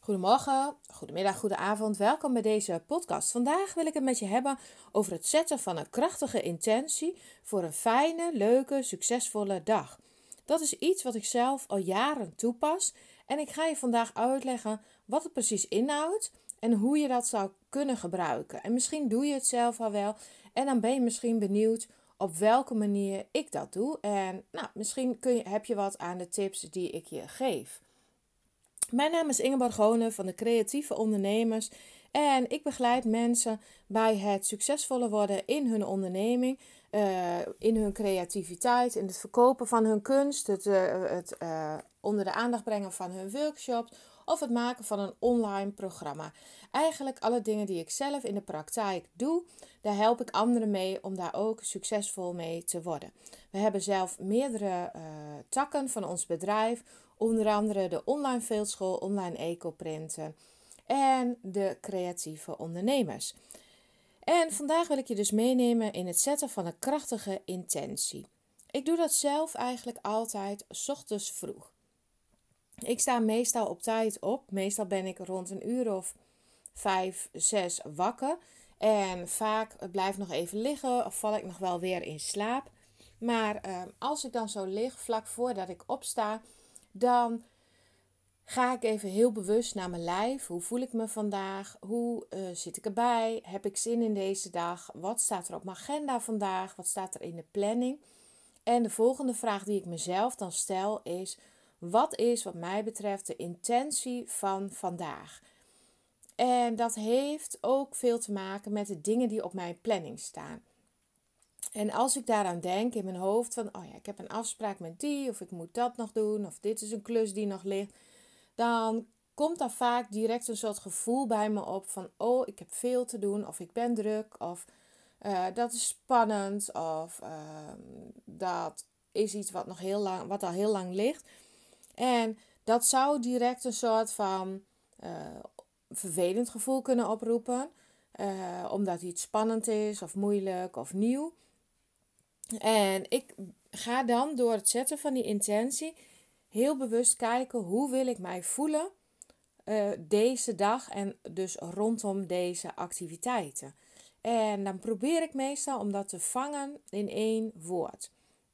Goedemorgen, goedemiddag, goedenavond. Welkom bij deze podcast. Vandaag wil ik het met je hebben over het zetten van een krachtige intentie voor een fijne, leuke, succesvolle dag. Dat is iets wat ik zelf al jaren toepas en ik ga je vandaag uitleggen wat het precies inhoudt en hoe je dat zou kunnen gebruiken. En misschien doe je het zelf al wel en dan ben je misschien benieuwd op welke manier ik dat doe. En misschien heb je wat aan de tips die ik je geef. Mijn naam is Ingeborg Gonen van de Creatieve Ondernemers en ik begeleid mensen bij het succesvoller worden in hun onderneming, in hun creativiteit, in het verkopen van hun kunst, het onder de aandacht brengen van hun workshops of het maken van een online programma. Eigenlijk alle dingen die ik zelf in de praktijk doe, daar help ik anderen mee om daar ook succesvol mee te worden. We hebben zelf meerdere takken van ons bedrijf. Onder andere de online fieldschool, online ecoprinten en de creatieve ondernemers. En vandaag wil ik je dus meenemen in het zetten van een krachtige intentie. Ik doe dat zelf eigenlijk altijd 's ochtends vroeg. Ik sta meestal op tijd op. Meestal ben ik rond een uur of 5, 6 wakker. En vaak blijf ik nog even liggen of val ik nog wel weer in slaap. Maar als ik dan zo lig, vlak voordat ik opsta, dan ga ik even heel bewust naar mijn lijf. Hoe voel ik me vandaag? Hoe zit ik erbij? Heb ik zin in deze dag? Wat staat er op mijn agenda vandaag? Wat staat er in de planning? En de volgende vraag die ik mezelf dan stel is: wat is wat mij betreft de intentie van vandaag? En dat heeft ook veel te maken met de dingen die op mijn planning staan. En als ik daaraan denk in mijn hoofd van, oh ja, ik heb een afspraak met die, of ik moet dat nog doen, of dit is een klus die nog ligt, dan komt daar vaak direct een soort gevoel bij me op van, oh, ik heb veel te doen, of ik ben druk, of dat is spannend, of dat is iets wat wat al heel lang ligt. En dat zou direct een soort van vervelend gevoel kunnen oproepen, omdat iets spannend is, of moeilijk, of nieuw. En ik ga dan door het zetten van die intentie heel bewust kijken hoe wil ik mij voelen deze dag en dus rondom deze activiteiten. En dan probeer ik meestal om dat te vangen in 1 woord.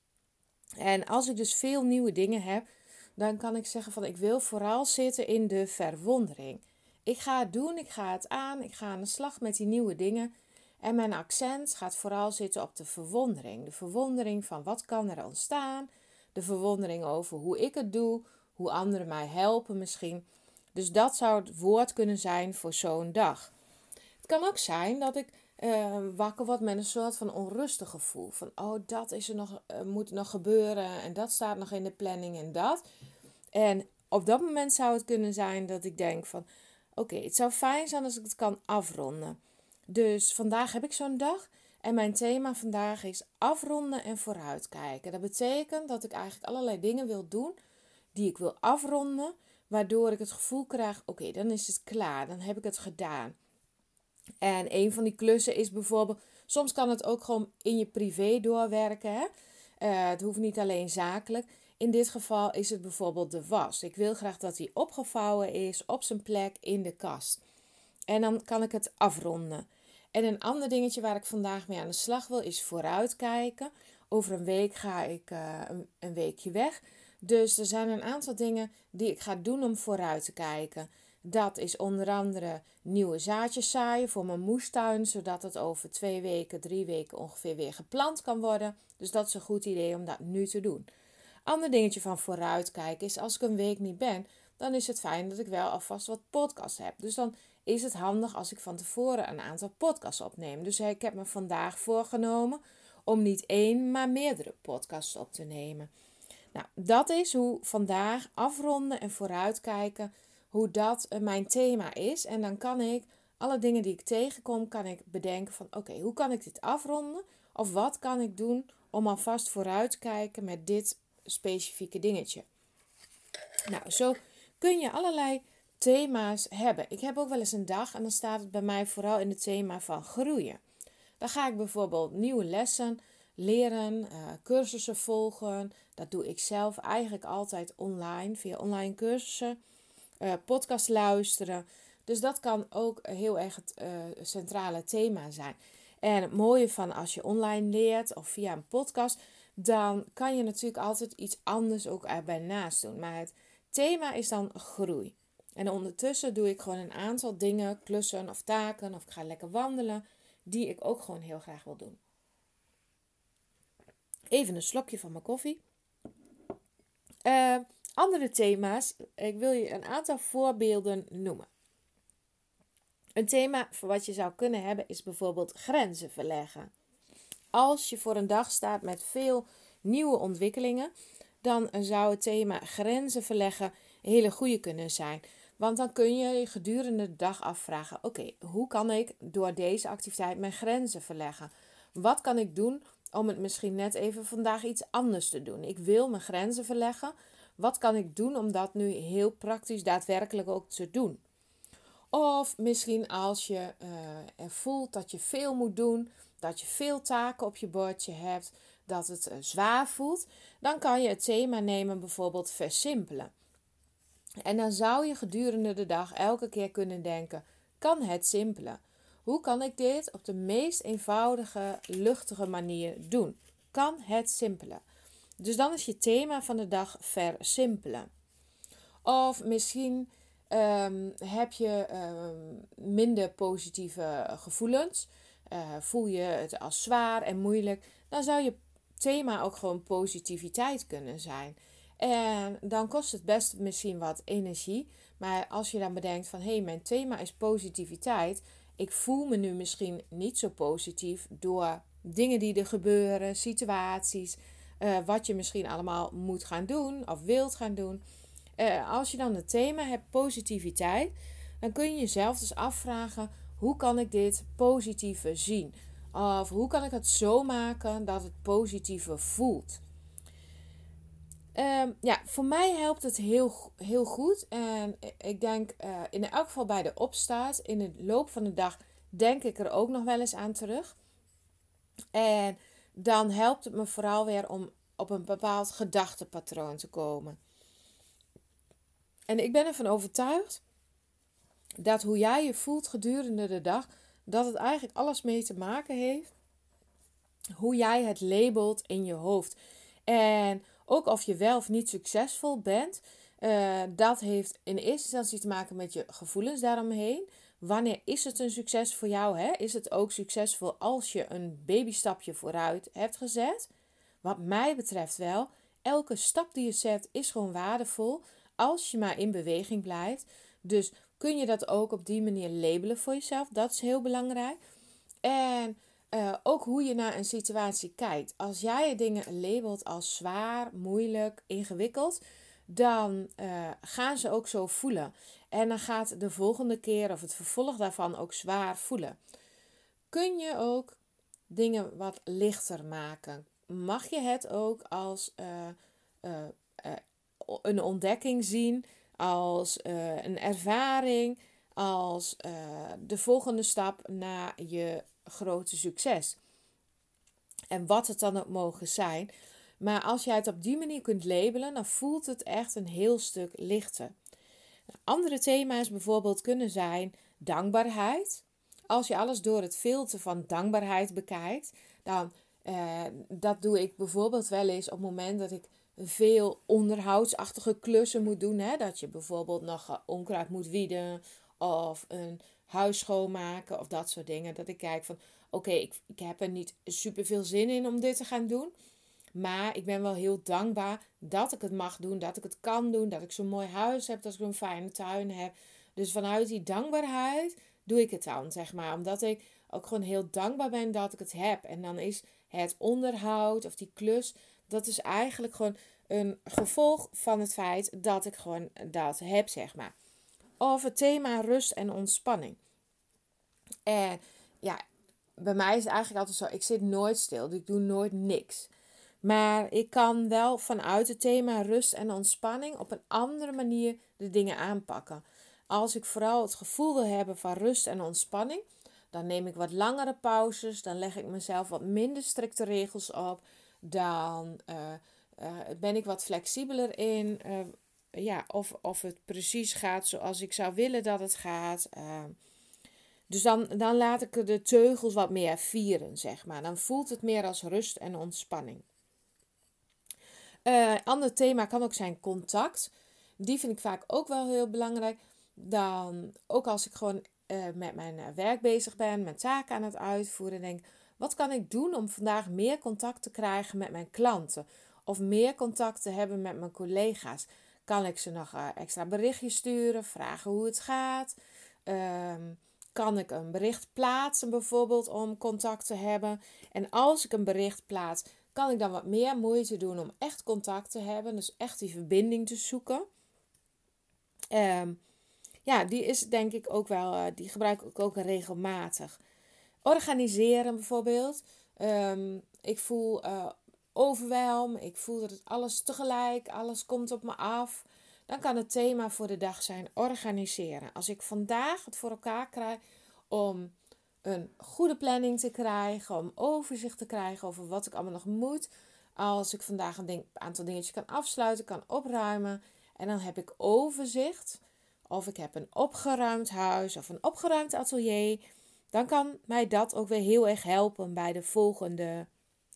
En als ik dus veel nieuwe dingen heb, dan kan ik zeggen van ik wil vooral zitten in de verwondering. Ik ga het doen, ik ga het aan, ik ga aan de slag met die nieuwe dingen. En mijn accent gaat vooral zitten op de verwondering. De verwondering van wat kan er ontstaan. De verwondering over hoe ik het doe. Hoe anderen mij helpen misschien. Dus dat zou het woord kunnen zijn voor zo'n dag. Het kan ook zijn dat ik wakker word met een soort van onrustig gevoel. Van oh, dat is er nog, moet nog gebeuren. En dat staat nog in de planning en dat. En op dat moment zou het kunnen zijn dat ik denk van oké, het zou fijn zijn als ik het kan afronden. Dus vandaag heb ik zo'n dag en mijn thema vandaag is afronden en vooruitkijken. Dat betekent dat ik eigenlijk allerlei dingen wil doen die ik wil afronden, waardoor ik het gevoel krijg, oké, dan is het klaar, dan heb ik het gedaan. En een van die klussen is bijvoorbeeld, soms kan het ook gewoon in je privé doorwerken. Hè? Het hoeft niet alleen zakelijk. In dit geval is het bijvoorbeeld de was. Ik wil graag dat die opgevouwen is op zijn plek in de kast. En dan kan ik het afronden. En een ander dingetje waar ik vandaag mee aan de slag wil is vooruitkijken. Over een week ga ik een weekje weg. Dus er zijn een aantal dingen die ik ga doen om vooruit te kijken. Dat is onder andere nieuwe zaadjes zaaien voor mijn moestuin, zodat het over 2 weken, 3 weken ongeveer weer geplant kan worden. Dus dat is een goed idee om dat nu te doen. Ander dingetje van vooruitkijken is als ik een week niet ben, dan is het fijn dat ik wel alvast wat podcasts heb. Dus dan is het handig als ik van tevoren een aantal podcasts opneem. Dus ik heb me vandaag voorgenomen om niet 1, maar meerdere podcasts op te nemen. Nou, dat is hoe vandaag afronden en vooruitkijken, hoe dat mijn thema is. En dan kan ik alle dingen die ik tegenkom, kan ik bedenken van oké, hoe kan ik dit afronden? Of wat kan ik doen om alvast vooruit te kijken met dit specifieke dingetje? Nou, zo kun je allerlei thema's hebben. Ik heb ook wel eens een dag en dan staat het bij mij vooral in het thema van groeien. Dan ga ik bijvoorbeeld nieuwe lessen leren, cursussen volgen. Dat doe ik zelf eigenlijk altijd online, via online cursussen. podcast luisteren. Dus dat kan ook heel erg het centrale thema zijn. En het mooie van als je online leert of via een podcast, dan kan je natuurlijk altijd iets anders ook erbij naast doen. Maar het thema is dan groei. En ondertussen doe ik gewoon een aantal dingen, klussen of taken, of ik ga lekker wandelen, die ik ook gewoon heel graag wil doen. Even een slokje van mijn koffie. Andere thema's, ik wil je een aantal voorbeelden noemen. Een thema voor wat je zou kunnen hebben is bijvoorbeeld grenzen verleggen. Als je voor een dag staat met veel nieuwe ontwikkelingen, dan zou het thema grenzen verleggen een hele goede kunnen zijn. Want dan kun je je gedurende de dag afvragen, oké, hoe kan ik door deze activiteit mijn grenzen verleggen? Wat kan ik doen om het misschien net even vandaag iets anders te doen? Ik wil mijn grenzen verleggen. Wat kan ik doen om dat nu heel praktisch daadwerkelijk ook te doen? Of misschien als je er voelt dat je veel moet doen, dat je veel taken op je bordje hebt, dat het zwaar voelt, dan kan je het thema nemen bijvoorbeeld versimpelen. En dan zou je gedurende de dag elke keer kunnen denken, kan het simpelen? Hoe kan ik dit op de meest eenvoudige, luchtige manier doen? Kan het simpelen? Dus dan is je thema van de dag versimpelen. Of misschien heb je minder positieve gevoelens. Voel je het als zwaar en moeilijk. Dan zou je thema ook gewoon positiviteit kunnen zijn. En dan kost het best misschien wat energie. Maar als je dan bedenkt van hé, mijn thema is positiviteit. Ik voel me nu misschien niet zo positief door dingen die er gebeuren, situaties. Wat je misschien allemaal moet gaan doen of wilt gaan doen. Als je dan het thema hebt positiviteit, dan kun je jezelf dus afvragen, hoe kan ik dit positieve zien? Of hoe kan ik het zo maken dat het positieve voelt? Voor mij helpt het heel goed. En ik denk in elk geval bij de opstart, in de loop van de dag, denk ik er ook nog wel eens aan terug. En dan helpt het me vooral weer om op een bepaald gedachtepatroon te komen. En ik ben ervan overtuigd dat hoe jij je voelt gedurende de dag, dat het eigenlijk alles mee te maken heeft hoe jij het labelt in je hoofd. En ook of je wel of niet succesvol bent, dat heeft in eerste instantie te maken met je gevoelens daaromheen. Wanneer is het een succes voor jou? Hè? Is het ook succesvol als je een babystapje vooruit hebt gezet? Wat mij betreft wel. Elke stap die je zet is gewoon waardevol als je maar in beweging blijft. Dus kun je dat ook op die manier labelen voor jezelf. Dat is heel belangrijk. En ook hoe je naar een situatie kijkt. Als jij dingen labelt als zwaar, moeilijk, ingewikkeld, dan gaan ze ook zo voelen. En dan gaat de volgende keer of het vervolg daarvan ook zwaar voelen. Kun je ook dingen wat lichter maken? Mag je het ook als een ontdekking zien, als een ervaring, als de volgende stap naar je grote succes. En wat het dan ook mogen zijn. Maar als jij het op die manier kunt labelen, dan voelt het echt een heel stuk lichter. Andere thema's bijvoorbeeld kunnen zijn dankbaarheid. Als je alles door het filter van dankbaarheid bekijkt, dan dat doe ik bijvoorbeeld wel eens op het moment dat ik veel onderhoudsachtige klussen moet doen. Hè? Dat je bijvoorbeeld nog onkruid moet wieden of een huis schoonmaken of dat soort dingen. Dat ik kijk van oké, ik heb er niet super veel zin in om dit te gaan doen. Maar ik ben wel heel dankbaar dat ik het mag doen, dat ik het kan doen, dat ik zo'n mooi huis heb, dat ik zo'n fijne tuin heb. Dus vanuit die dankbaarheid doe ik het dan, zeg maar. Omdat ik ook gewoon heel dankbaar ben dat ik het heb. En dan is het onderhoud of die klus, dat is eigenlijk gewoon een gevolg van het feit dat ik gewoon dat heb, zeg maar. Of het thema rust en ontspanning. En ja, bij mij is het eigenlijk altijd zo, ik zit nooit stil, dus ik doe nooit niks. Maar ik kan wel vanuit het thema rust en ontspanning op een andere manier de dingen aanpakken. Als ik vooral het gevoel wil hebben van rust en ontspanning, dan neem ik wat langere pauzes, dan leg ik mezelf wat minder strikte regels op, dan ben ik wat flexibeler in of het precies gaat zoals ik zou willen dat het gaat. Dus dan laat ik de teugels wat meer vieren, zeg maar. Dan voelt het meer als rust en ontspanning. Ander thema kan ook zijn contact. Die vind ik vaak ook wel heel belangrijk. Dan, ook als ik gewoon met mijn werk bezig ben, mijn taken aan het uitvoeren, denk wat kan ik doen om vandaag meer contact te krijgen met mijn klanten? Of meer contact te hebben met mijn collega's? Kan ik ze nog extra berichtjes sturen, vragen hoe het gaat? Kan ik een bericht plaatsen bijvoorbeeld om contact te hebben? En als ik een bericht plaats, kan ik dan wat meer moeite doen om echt contact te hebben? Dus echt die verbinding te zoeken. Die is denk ik ook wel, die gebruik ik ook regelmatig. Organiseren bijvoorbeeld. Ik voel overwelm. Ik voel dat het alles tegelijk, alles komt op me af. Dan kan het thema voor de dag zijn organiseren. Als ik vandaag het voor elkaar krijg om een goede planning te krijgen, om overzicht te krijgen over wat ik allemaal nog moet. Als ik vandaag een aantal dingetjes kan afsluiten, kan opruimen. En dan heb ik overzicht. Of ik heb een opgeruimd huis of een opgeruimd atelier. Dan kan mij dat ook weer heel erg helpen bij de volgende,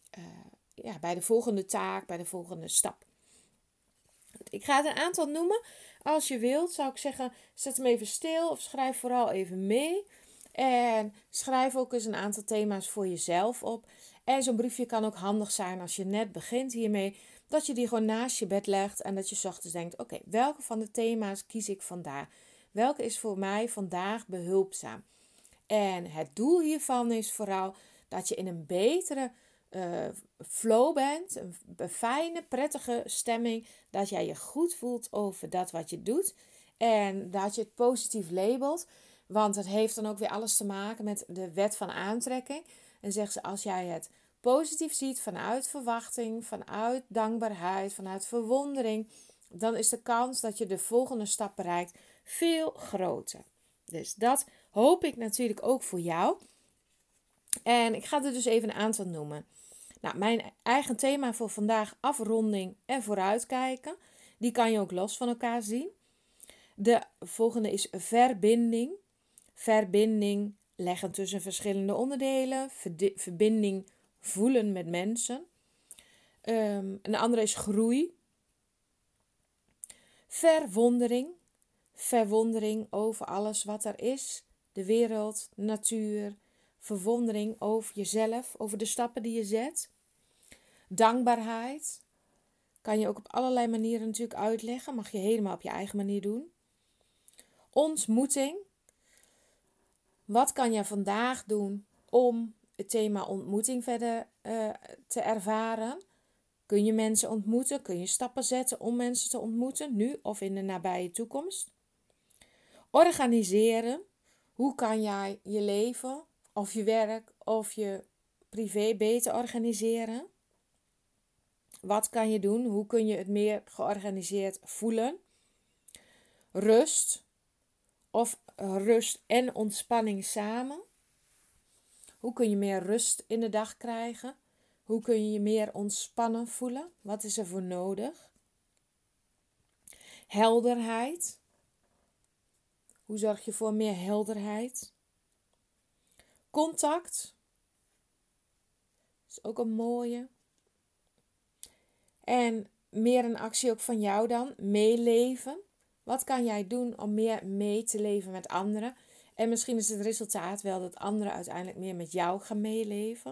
taak, bij de volgende stap. Ik ga er een aantal noemen. Als je wilt, zou ik zeggen, zet hem even stil of schrijf vooral even mee. En schrijf ook eens een aantal thema's voor jezelf op. En zo'n briefje kan ook handig zijn als je net begint hiermee. Dat je die gewoon naast je bed legt en dat je 's ochtends denkt, oké, welke van de thema's kies ik vandaag? Welke is voor mij vandaag behulpzaam? En het doel hiervan is vooral dat je in een betere flow bent. Een fijne, prettige stemming. Dat jij je goed voelt over dat wat je doet. En dat je het positief labelt. Want het heeft dan ook weer alles te maken met de wet van aantrekking. En zegt ze, als jij het positief ziet vanuit verwachting, vanuit dankbaarheid, vanuit verwondering, dan is de kans dat je de volgende stap bereikt veel groter. Dus dat hoop ik natuurlijk ook voor jou. En ik ga er dus even een aantal noemen. Nou, mijn eigen thema voor vandaag, afronding en vooruitkijken. Die kan je ook los van elkaar zien. De volgende is verbinding. Verbinding leggen tussen verschillende onderdelen. Verbinding voelen met mensen. Een andere is groei. Verwondering. Verwondering over alles wat er is. De wereld, natuur. Verwondering over jezelf, over de stappen die je zet. Dankbaarheid. Kan je ook op allerlei manieren natuurlijk uitleggen. Mag je helemaal op je eigen manier doen. Ontmoeting. Wat kan je vandaag doen om het thema ontmoeting verder te ervaren? Kun je mensen ontmoeten? Kun je stappen zetten om mensen te ontmoeten, nu of in de nabije toekomst? Organiseren. Hoe kan jij je leven of je werk of je privé beter organiseren? Wat kan je doen? Hoe kun je het meer georganiseerd voelen? Rust. Of rust en ontspanning samen. Hoe kun je meer rust in de dag krijgen? Hoe kun je je meer ontspannen voelen? Wat is er voor nodig? Helderheid. Hoe zorg je voor meer helderheid? Contact. Dat is ook een mooie. En meer een actie ook van jou dan. Meeleven. Wat kan jij doen om meer mee te leven met anderen? En misschien is het resultaat wel dat anderen uiteindelijk meer met jou gaan meeleven.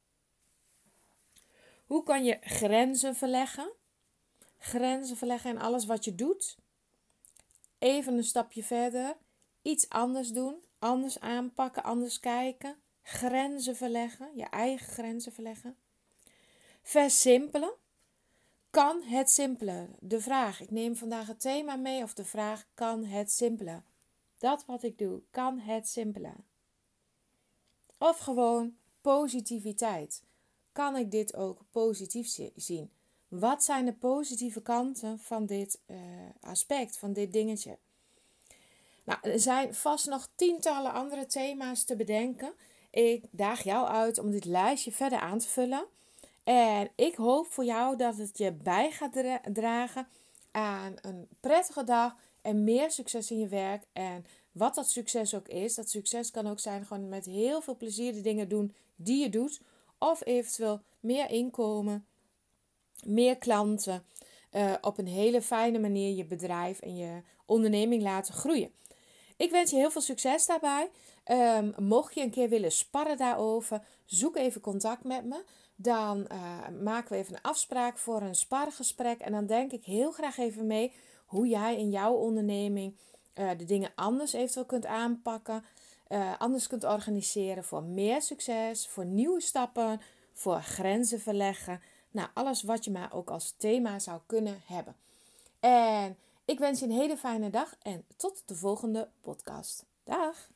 Hoe kan je grenzen verleggen? Grenzen verleggen in alles wat je doet. Even een stapje verder. Iets anders doen. Anders aanpakken. Anders kijken. Grenzen verleggen. Je eigen grenzen verleggen. Versimpelen. Kan het simpeler? De vraag, ik neem vandaag het thema mee of de vraag, kan het simpeler? Dat wat ik doe, kan het simpeler? Of gewoon positiviteit. Kan ik dit ook positief zien? Wat zijn de positieve kanten van dit aspect, van dit dingetje? Nou, er zijn vast nog tientallen andere thema's te bedenken. Ik daag jou uit om dit lijstje verder aan te vullen. En ik hoop voor jou dat het je bij gaat dragen aan een prettige dag en meer succes in je werk. En wat dat succes ook is, dat succes kan ook zijn gewoon met heel veel plezier de dingen doen die je doet. Of eventueel meer inkomen, meer klanten, op een hele fijne manier je bedrijf en je onderneming laten groeien. Ik wens je heel veel succes daarbij. Mocht je een keer willen sparren daarover, zoek even contact met me. Dan maken we even een afspraak voor een sparrengesprek. En dan denk ik heel graag even mee hoe jij in jouw onderneming de dingen anders eventueel kunt aanpakken. Anders kunt organiseren voor meer succes, voor nieuwe stappen, voor grenzen verleggen. Nou, alles wat je maar ook als thema zou kunnen hebben. En ik wens je een hele fijne dag en tot de volgende podcast. Dag!